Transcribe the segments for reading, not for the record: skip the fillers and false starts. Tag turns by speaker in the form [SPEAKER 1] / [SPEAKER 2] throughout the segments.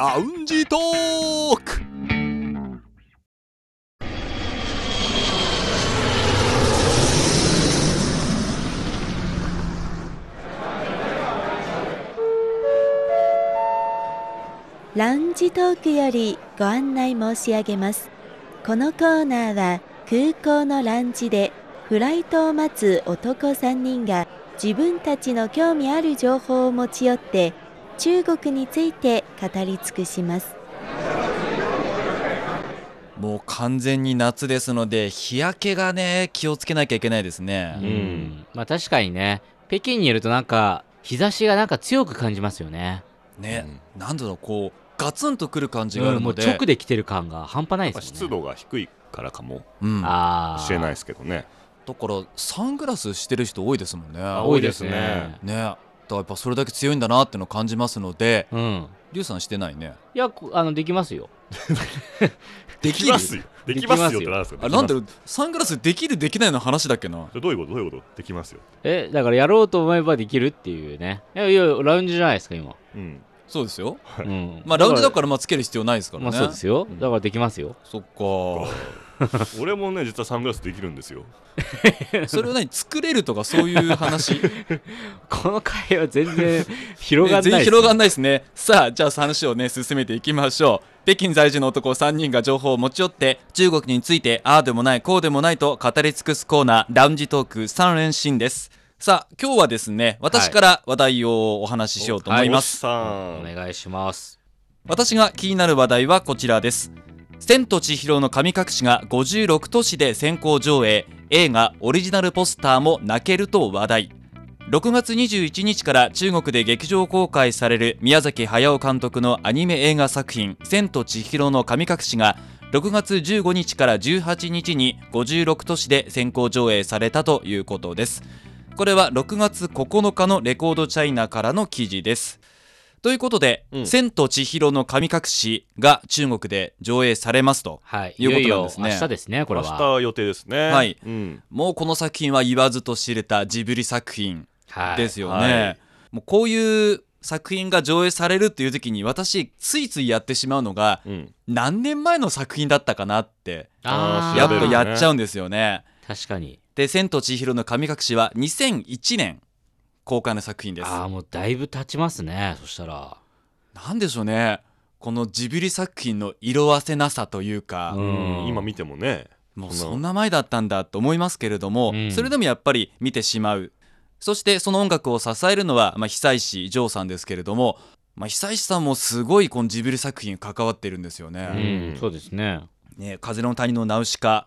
[SPEAKER 1] ラウンジトーク。
[SPEAKER 2] ラウンジトークよりご案内申し上げます。このコーナーは空港のランジでフライトを待つ男3人が自分たちの興味ある情報を持ち寄って中国について語り尽くします。
[SPEAKER 1] もう完全に夏ですので日焼けがね気をつけなきゃいけないですね。
[SPEAKER 3] まあ確かにね、北京にいるとなんか日差しがなんか強く感じますよね。
[SPEAKER 1] ね、なんだろう、こうガツンとくる感じがあるので、
[SPEAKER 3] もう直で来てる感が半端ないですよね。
[SPEAKER 4] 湿度が低いからかも
[SPEAKER 3] し
[SPEAKER 4] れないですけどね。
[SPEAKER 1] だからサングラスしてる人多いですもんね。
[SPEAKER 3] 多いですね。
[SPEAKER 1] ね、だからやっぱそれだけ強いんだなってのを感じますので、リュウさんしてないね。
[SPEAKER 3] いやできますよ。
[SPEAKER 4] できますよ。できますよってなんですか。
[SPEAKER 1] なんだろう、サングラスできるできないの話だっけな。
[SPEAKER 4] どういうことできますよ。
[SPEAKER 3] だからやろうと思えばできるっていうね。いやラウンジじゃないですか今。
[SPEAKER 1] そうですよ。まあラウンジだからつける必要ないですからね。
[SPEAKER 3] そうですよ。だからできますよ。
[SPEAKER 1] そっか。
[SPEAKER 4] 俺もね実はサングラスできるんですよ。
[SPEAKER 1] それは何、作れるとかそういう話？
[SPEAKER 3] この回は全然広がんないですね。
[SPEAKER 1] 全然広がんないですね。さあじゃあ話をね進めていきましょう。北京在住の男3人が情報を持ち寄って中国についてああでもないこうでもないと語り尽くすコーナー、ラウンジトーク3連新です。さあ今日はですね、私から話題をお話ししようと思います。
[SPEAKER 3] お願いします。
[SPEAKER 1] 私が気になる話題はこちらです。千と千尋の神隠しが56都市で先行上映、映画オリジナルポスターも泣けると話題。6月21日から中国で劇場公開される宮崎駿監督のアニメ映画作品千と千尋の神隠しが6月15日から18日に56都市で先行上映されたということです。これは6月9日のレコードチャイナからの記事です。ということで、千と千尋の神隠しが中国で上映されますということなんですね。
[SPEAKER 3] 明日ですね。これは
[SPEAKER 4] 明日予定ですね。
[SPEAKER 1] はい、もうこの作品は言わずと知れたジブリ作品ですよね。もうこういう作品が上映されるっていう時に私ついついやってしまうのが、何年前の作品だったかなってやっぱやっちゃうんですよね。
[SPEAKER 3] 確かに。
[SPEAKER 1] で千と千尋の神隠しは2001年公開の作品です。
[SPEAKER 3] もうだいぶ経ちますね。そしたら
[SPEAKER 1] なんでしょうね、このジブリ作品の色あせなさというか、
[SPEAKER 4] 今見てもね、
[SPEAKER 1] もうそんな前だったんだと思いますけれども、それでもやっぱり見てしまう。そしてその音楽を支えるのは、久石譲さんですけれども、久石さんもすごいこのジブリ作品関わってるんですよね。
[SPEAKER 3] そうですね。
[SPEAKER 1] 風の谷のナウシカ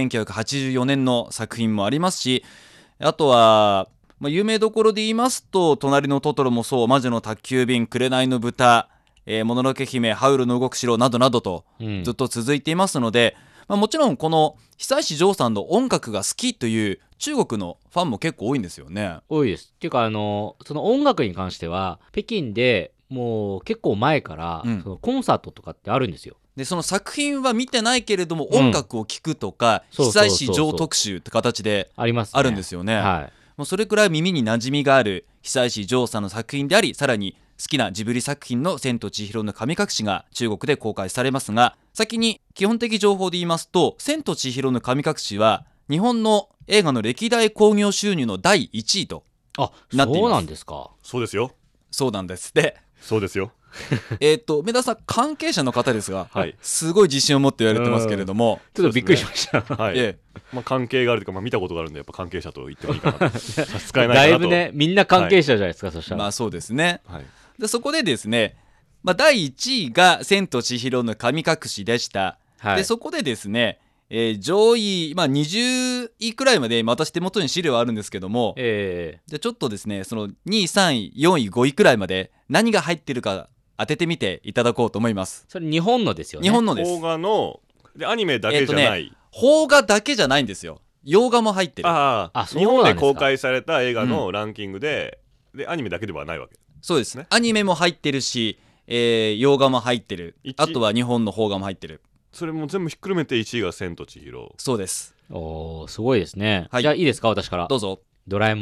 [SPEAKER 1] 1984年の作品もありますし、あとは、有名どころで言いますと隣のトトロもそう、魔女の宅急便、紅の豚、もののけ姫、ハウルの動く城などなどとずっと続いていますので、もちろんこの久石譲さんの音楽が好きという中国のファンも結構多いんですよね。
[SPEAKER 3] 多いです。っていうかその音楽に関しては北京でもう結構前から、そのコンサートとかってあるんですよ。
[SPEAKER 1] でその作品は見てないけれども、音楽を聴くとか、久石譲特集って形であるんですよね。もうそれくらい耳に馴染みがある久石譲さんの作品であり、さらに好きなジブリ作品の千と千尋の神隠しが中国で公開されますが、先に基本的情報で言いますと、千と千尋の神隠しは日本の映画の歴代興行収入の第1位となっています。
[SPEAKER 3] そうなんですか。
[SPEAKER 4] そうですよ。
[SPEAKER 1] そうなんです。で、
[SPEAKER 4] そうですよ。
[SPEAKER 1] 梅田さん関係者の方ですが、すごい自信を持って言われてますけれども、
[SPEAKER 3] ちょっとびっくりしました。
[SPEAKER 4] 関係があるというか、見たことがあるんでやっぱ関係者と言ってもいいかなと差し支えないかなと。
[SPEAKER 3] だいぶね、みんな関係者じゃないですか、そしたら。
[SPEAKER 1] そうですね。でそこでですね、第1位が千と千尋の神隠しでした。でそこでですね、上位、20位くらいまで私手元に資料はあるんですけども、じゃあちょっとですね、その2位3位4位5位くらいまで何が入ってるか当ててみていただこうと思います。
[SPEAKER 3] それ日本のですよね。
[SPEAKER 1] 日本のです。
[SPEAKER 4] 邦画のでアニメだけじゃない、
[SPEAKER 1] 邦画だけじゃないんですよ。洋画も入ってる。
[SPEAKER 4] 日本で公開された映画のランキングで、アニメだけではないわけ。
[SPEAKER 1] そうですね。アニメも入ってるし、洋画も入ってる。あとは日本の邦画も入ってる。
[SPEAKER 4] それも全部ひっくるめて1位が千と千尋。
[SPEAKER 1] そうです。
[SPEAKER 3] すごいですね。じゃあいいですか、私から。
[SPEAKER 1] どうぞ。
[SPEAKER 3] ドラえもん。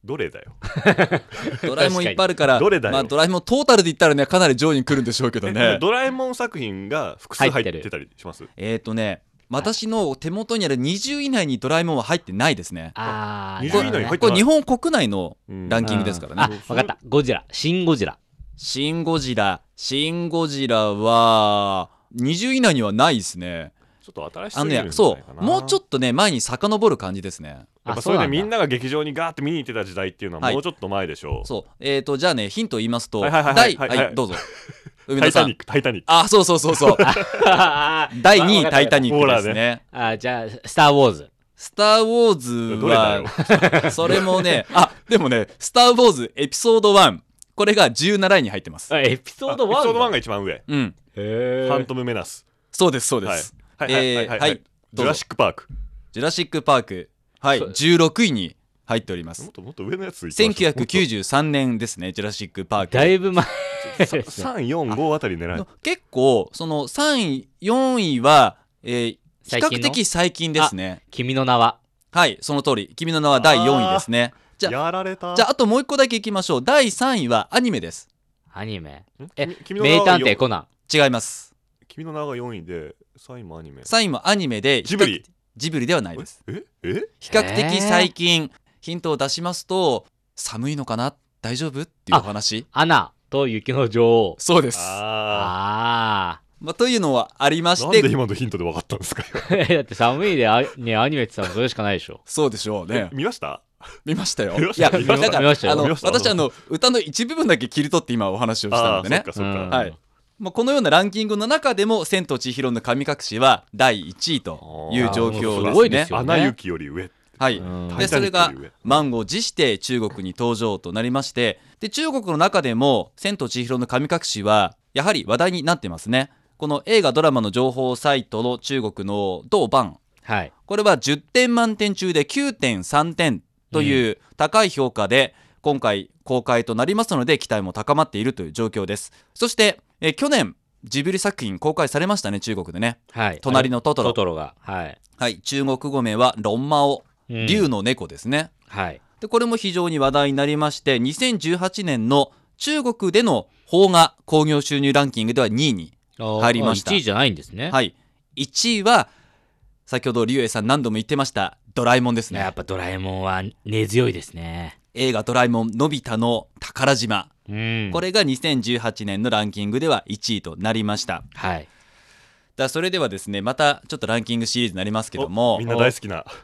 [SPEAKER 4] どれだよ
[SPEAKER 1] ドラえもんいっぱいあるから
[SPEAKER 4] どれだよ、
[SPEAKER 1] まあ、ドラえもんトータルで言ったらねかなり上位に来るんでしょうけどね
[SPEAKER 4] ドラえもん作品が複数入ってたりします？
[SPEAKER 1] 私の手元にある20位以内にドラえもんは入ってないですね。
[SPEAKER 4] 20位以内に入ってない。
[SPEAKER 1] これ日本国内のランキングですからね。
[SPEAKER 3] 分かった。ゴジラ、シン・ゴジラ
[SPEAKER 1] は20位以内にはないですね。
[SPEAKER 4] ちょっと新しすぎるんじゃないかな。
[SPEAKER 1] そう、もうちょっとね前に遡る感じですね。
[SPEAKER 4] やっぱそれでみんなが劇場にガーって見に行ってた時代っていうのはもうちょっと前でしょう。
[SPEAKER 1] そう、じゃあねヒント言いますと、
[SPEAKER 4] はい
[SPEAKER 1] どうぞ。
[SPEAKER 4] タイタニック。
[SPEAKER 1] あ、そう第2位タイタニックですね。
[SPEAKER 3] じゃあスター・ウォーズ。
[SPEAKER 1] スター・ウォーズはそれもねでもねスター・ウォーズエピソード1これが17位に入ってます。
[SPEAKER 3] エピソード 1?
[SPEAKER 4] エピソード1が一番上。
[SPEAKER 1] うん。
[SPEAKER 4] ファントム・メナス。
[SPEAKER 1] そうです。
[SPEAKER 4] はい。ジュラシック・パーク。
[SPEAKER 1] はい、16位に入っております。
[SPEAKER 4] もっと上のやつ
[SPEAKER 1] 1993年ですね、ジュラシック・パーク。
[SPEAKER 3] だいぶ前
[SPEAKER 4] 3、4、5あたり狙い。
[SPEAKER 1] 結構その3位、4位は、比較的最近ですね。
[SPEAKER 3] 君の名は。
[SPEAKER 1] はい、その通り。君の名は第4位ですね。じゃああともう一個だけいきましょう。第3位はアニメです。
[SPEAKER 3] アニメ？名探偵コナン。
[SPEAKER 1] 違います。
[SPEAKER 4] 君の名が4位で3位もアニメ。
[SPEAKER 1] 3位もアニメでジブリではないです。比較的最近ヒントを出しますと寒いのかな大丈夫っていうお話。
[SPEAKER 3] アナと雪の女王。
[SPEAKER 1] そうです。というのはありまして、
[SPEAKER 4] なんで今のヒントで分かったんですか
[SPEAKER 3] だって寒いでアニメって言ったらそれしかないでしょ。
[SPEAKER 1] そうでしょうね。
[SPEAKER 4] 見ました？
[SPEAKER 1] 見ましたよ。いや、だから私歌の一部分だけ切り取って今お話をしたのでね。はい。このようなランキングの中でも千と千尋の神隠しは第1位という状況ですね。
[SPEAKER 4] アナ雪より上。
[SPEAKER 1] はい。でそれが満を持して中国に登場となりまして、で中国の中でも千と千尋の神隠しはやはり話題になってますね。この映画ドラマの情報サイトの中国の豆瓣、これは10点満点中で 9.3 点という高い評価で今回公開となりますので期待も高まっているという状況です。そして去年ジブリ作品公開されましたね、中国でね。隣のトトロ
[SPEAKER 3] が、
[SPEAKER 1] 中国語名はロンマオ、竜の猫ですね。でこれも非常に話題になりまして、2018年の中国での邦画興行収入ランキングでは2位に入りました。
[SPEAKER 3] 1位じゃないんですね。
[SPEAKER 1] 1位は先ほどリュウエイさん何度も言ってましたドラえもんですね。
[SPEAKER 3] やっぱドラえもんは根強いですね。
[SPEAKER 1] 映画ドラえもんのび太の宝島、これが2018年のランキングでは1位となりました。それではですね、またちょっとランキングシリーズになりますけども、
[SPEAKER 4] みんな大好きな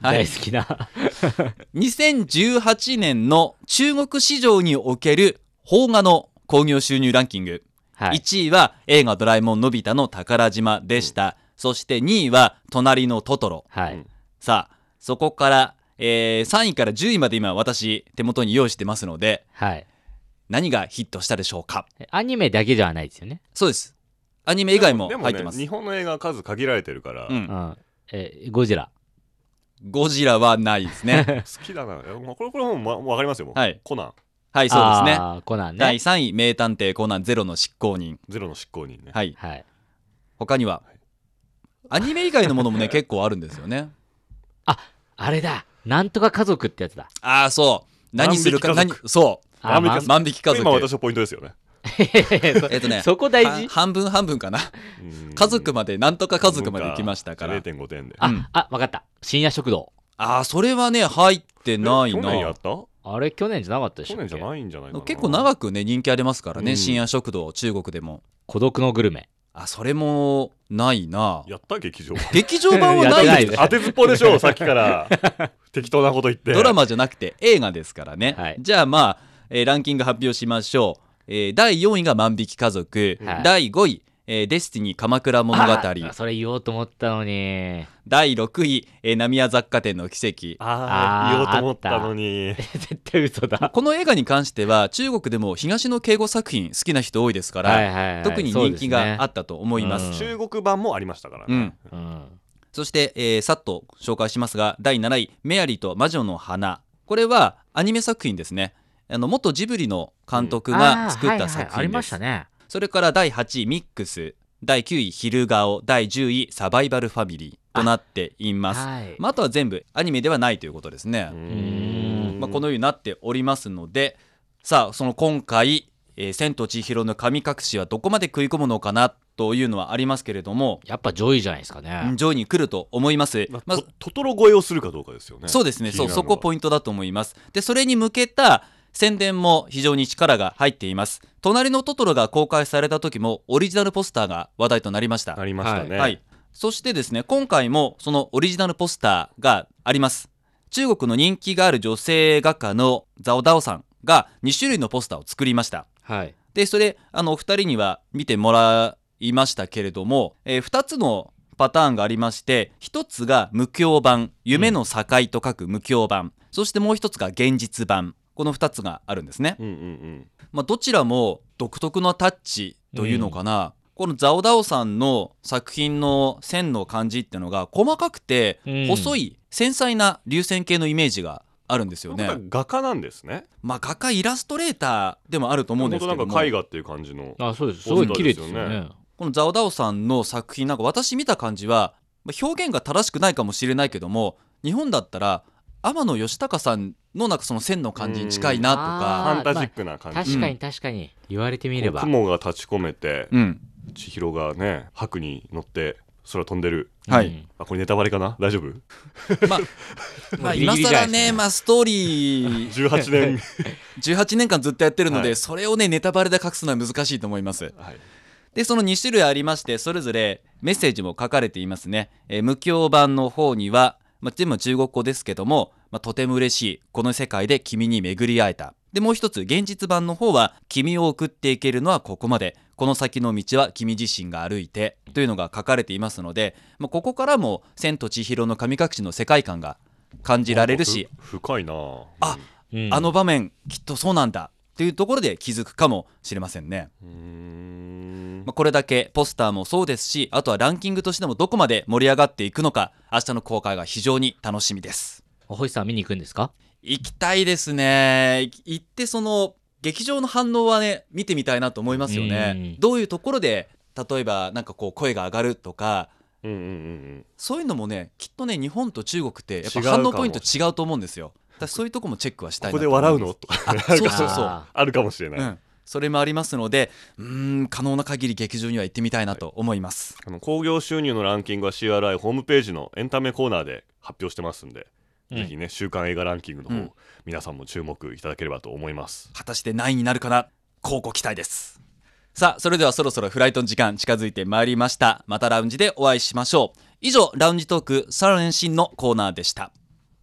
[SPEAKER 1] 2018年の中国市場における邦画の興行収入ランキング、1位は映画ドラえもんのび太の宝島でした。そして2位は隣のトトロ。さあそこから、3位から10位まで今私手元に用意してますので、何がヒットしたでしょうか。
[SPEAKER 3] アニメだけではないですよね。
[SPEAKER 1] そうです。アニメ以外も入ってます。
[SPEAKER 4] 日本の映画数限られてるから、
[SPEAKER 3] ゴジラ
[SPEAKER 1] はないですね。
[SPEAKER 4] 好きだな。これも分かりますよ。コナン。
[SPEAKER 1] そうですね。
[SPEAKER 3] コナンね。
[SPEAKER 1] 第3位名探偵コナンゼロの執行人ね。他にはアニメ以外のものもね結構あるんですよね。
[SPEAKER 3] あれだ、なんとか家族ってやつだ。
[SPEAKER 1] そう何するか、そう万引き家族。
[SPEAKER 4] 今私のポイントですよね。
[SPEAKER 3] そこ大事。
[SPEAKER 1] 半分半分かな。家族までなんとか家族まで行きましたから。
[SPEAKER 4] 0.5 点で。
[SPEAKER 3] 分かった。深夜食堂。
[SPEAKER 1] それはね入ってないな。
[SPEAKER 4] 去年やった？
[SPEAKER 3] あれ去年じゃなかったでしょ。
[SPEAKER 4] 去年じゃないんじゃないかな。
[SPEAKER 1] 結構長くね人気ありますからね、深夜食堂。中国でも
[SPEAKER 3] 孤独のグルメ。
[SPEAKER 1] それもないな。
[SPEAKER 4] やった劇場
[SPEAKER 1] 版はない
[SPEAKER 4] です。当てずっぽでしょさっきから適当なこと言って。
[SPEAKER 1] ドラマじゃなくて映画ですからね。じゃあランキング発表しましょう。第4位が万引き家族、第5位、デスティニー鎌倉物語。
[SPEAKER 3] それ言おうと思ったのに。
[SPEAKER 1] 第6位、浪屋雑貨店の奇跡。
[SPEAKER 4] 言おうと思ったのに。
[SPEAKER 3] 絶対嘘だ。
[SPEAKER 1] この映画に関しては中国でも東野圭吾作品好きな人多いですから、特に人気があったと思います。
[SPEAKER 4] 中国版もありましたからね。
[SPEAKER 1] そして、さっと紹介しますが、第7位メアリーと魔女の花。これはアニメ作品ですね。元ジブリの監督が作った作品です。
[SPEAKER 3] ありましたね。
[SPEAKER 1] それから第8位ミックス、第9位昼顔、第10位サバイバルファミリー。 となっています。
[SPEAKER 3] はい。
[SPEAKER 1] あとは全部アニメではないということですね。このようになっておりますので、さあその今回、千と千尋の神隠しはどこまで食い込むのかなというのはありますけれども、
[SPEAKER 3] やっぱ上位じゃないですかね。
[SPEAKER 1] 上位に来ると思います。
[SPEAKER 4] トトロ超えをするかどうかですよね。
[SPEAKER 1] そうですね、そこポイントだと思います。でそれに向けた宣伝も非常に力が入っています。隣のトトロが公開された時もオリジナルポスターが話題となりました。
[SPEAKER 4] なりましたね。
[SPEAKER 1] はい、そしてですね、今回もそのオリジナルポスターがあります。中国の人気がある女性画家のザオダオさんが2種類のポスターを作りました。
[SPEAKER 3] はい。
[SPEAKER 1] でそれお二人には見てもらいましたけれども、2つのパターンがありまして、1つが無境版、夢の境と書く無境版、そしてもう1つが現実版、この2つがあるんですね。どちらも独特のタッチというのかな、このザオダオさんの作品の線の感じっていうのが細かくて細い繊細な流線形のイメージがあるんですよね。
[SPEAKER 4] 画家なんですね。
[SPEAKER 1] 画家イラストレーターでもあると思うんですけども、
[SPEAKER 4] なんか絵画っていう感じの。
[SPEAKER 3] そうです。すごい綺麗ですよね。
[SPEAKER 1] このザオダオさんの作品、私見た感じは表現が正しくないかもしれないけども、日本だったら天野義高さんのその線の感じに近いなとか、
[SPEAKER 4] ファンタジックな感じ、
[SPEAKER 3] 確かに言われてみれば、
[SPEAKER 4] 雲が立ち込めて、千尋がね白に乗って空飛んでる。
[SPEAKER 1] はい。
[SPEAKER 4] これネタバレかな、大丈夫？
[SPEAKER 1] 今更ね、ストーリー
[SPEAKER 4] 18
[SPEAKER 1] 年間ずっとやってるので、それをねネタバレで隠すのは難しいと思います。でその2種類ありまして、それぞれメッセージも書かれていますね。無教版の方には、全部中国語ですけども、とても嬉しい、この世界で君に巡り会えた。でもう一つ現実版の方は、君を送っていけるのはここまで、この先の道は君自身が歩いてというのが書かれていますので、ここからも千と千尋の神隠しの世界観が感じられるし、
[SPEAKER 4] 深いな
[SPEAKER 1] あの場面きっとそうなんだというところで気づくかもしれませんね。これだけポスターもそうですし、あとはランキングとしてもどこまで盛り上がっていくのか、明日の公開が非常に楽しみです。
[SPEAKER 3] 星さん見に行くんですか？
[SPEAKER 1] 行きたいですね。行ってその劇場の反応はね見てみたいなと思いますよね。どういうところで例えば声が上がるとか、そういうのもねきっとね日本と中国ってやっぱ反応ポイント違うと思うんですよ。そういうとこもチェックはしたいなと思います。
[SPEAKER 4] ここで笑うのとかそうあるかもしれない、
[SPEAKER 1] それもありますので、可能な限り劇場には行ってみたいなと思います。
[SPEAKER 4] 興行収入のランキングは CRI ホームページのエンタメコーナーで発表してますんで、ぜひね週間映画ランキングの方、皆さんも注目いただければと思います。
[SPEAKER 1] 果たして何位になるかな、乞うご期待です。さあそれではそろそろフライトの時間近づいてまいりました。またラウンジでお会いしましょう。以上ラウンジトークサラレンシンのコーナーでした。